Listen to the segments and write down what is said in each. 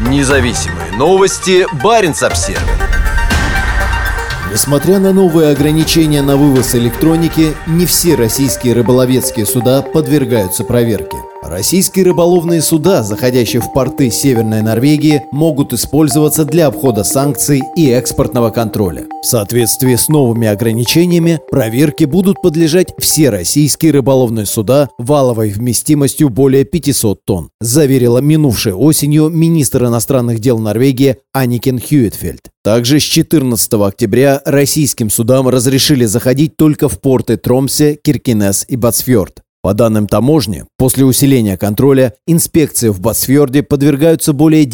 Независимые новости. Баренц-Обсервер. Несмотря на новые ограничения на вывоз электроники, не все российские рыболовецкие суда подвергаются проверке. Российские рыболовные суда, заходящие в порты Северной Норвегии, могут использоваться для обхода санкций и экспортного контроля. В соответствии с новыми ограничениями, проверке будут подлежать все российские рыболовные суда валовой вместимостью более 500 тонн, заверила минувшей осенью министр иностранных дел Норвегии Анникен Хюитфельд. Также с 14 октября российским судам разрешили заходить только в порты Тромсе, Киркенес и Батсфьорд. По данным таможни, после усиления контроля, инспекции в Батсфьорде подвергаются более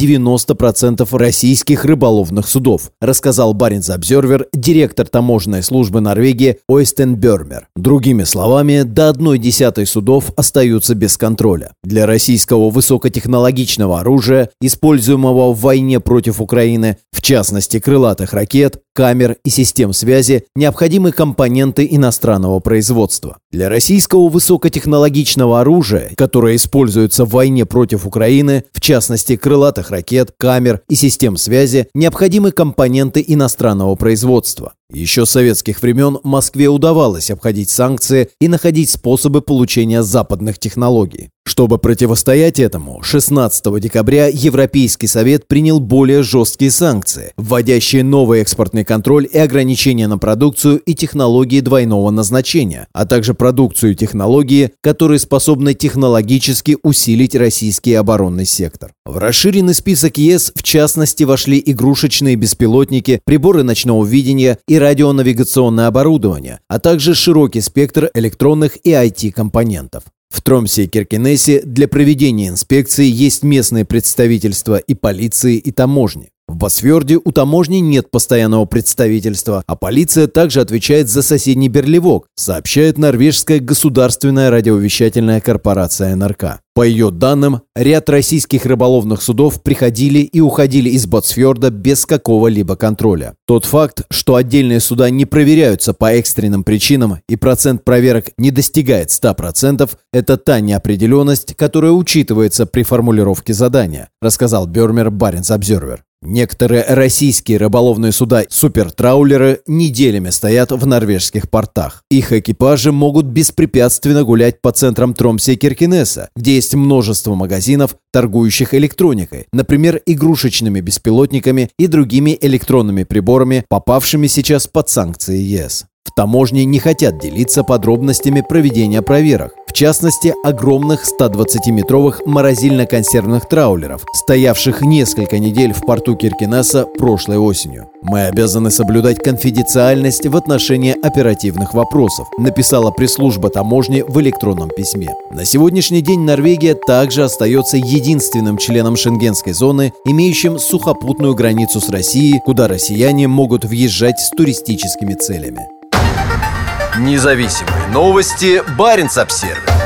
90% российских рыболовных судов, рассказал Баренц-Обсервер директор таможенной службы Норвегии Ойстен Бёрмер. Другими словами, до 1/10 судов остаются без контроля. Для российского высокотехнологичного оружия, используемого в войне против Украины, в частности крылатых ракет, камер и систем связи, необходимы компоненты иностранного производства. Для российского высокотехнологичного оружия, которое используется в войне против Украины, в частности крылатых ракет, камер и систем связи, необходимы компоненты иностранного производства. Еще с советских времен Москве удавалось обходить санкции и находить способы получения западных технологий. Чтобы противостоять этому, 16 декабря Европейский совет принял более жесткие санкции, вводящие новый экспортный контроль и ограничения на продукцию и технологии двойного назначения, а также продукцию и технологии, которые способны технологически усилить российский оборонный сектор. В расширенный список ЕС, в частности, вошли игрушечные беспилотники, приборы ночного видения и радионавигационное оборудование, а также широкий спектр электронных и IT-компонентов. В Тромсе и Киркенесе для проведения инспекции есть местные представительства и полиции, и таможни. В Батсфьорде у таможни нет постоянного представительства, а полиция также отвечает за соседний Берлевок, сообщает норвежская государственная радиовещательная корпорация НРК. По ее данным, ряд российских рыболовных судов приходили и уходили из Батсфьорда без какого-либо контроля. Тот факт, что отдельные суда не проверяются по экстренным причинам и процент проверок не достигает 100%, это та неопределенность, которая учитывается при формулировке задания, рассказал Бёрмер Баренц-Обсервер. Некоторые российские рыболовные суда супертраулеры неделями стоят в норвежских портах. Их экипажи могут беспрепятственно гулять по центрам Тромсе и Киркенеса, где есть множество магазинов, торгующих электроникой, например, игрушечными беспилотниками и другими электронными приборами, попавшими сейчас под санкции ЕС. В таможне не хотят делиться подробностями проведения проверок, в частности, огромных 120-метровых морозильно-консервных траулеров, стоявших несколько недель в порту Киркенеса прошлой осенью. «Мы обязаны соблюдать конфиденциальность в отношении оперативных вопросов», написала пресс-служба таможни в электронном письме. На сегодняшний день Норвегия также остается единственным членом Шенгенской зоны, имеющим сухопутную границу с Россией, куда россияне могут въезжать с туристическими целями. Независимые новости. Баренц-Обсервер.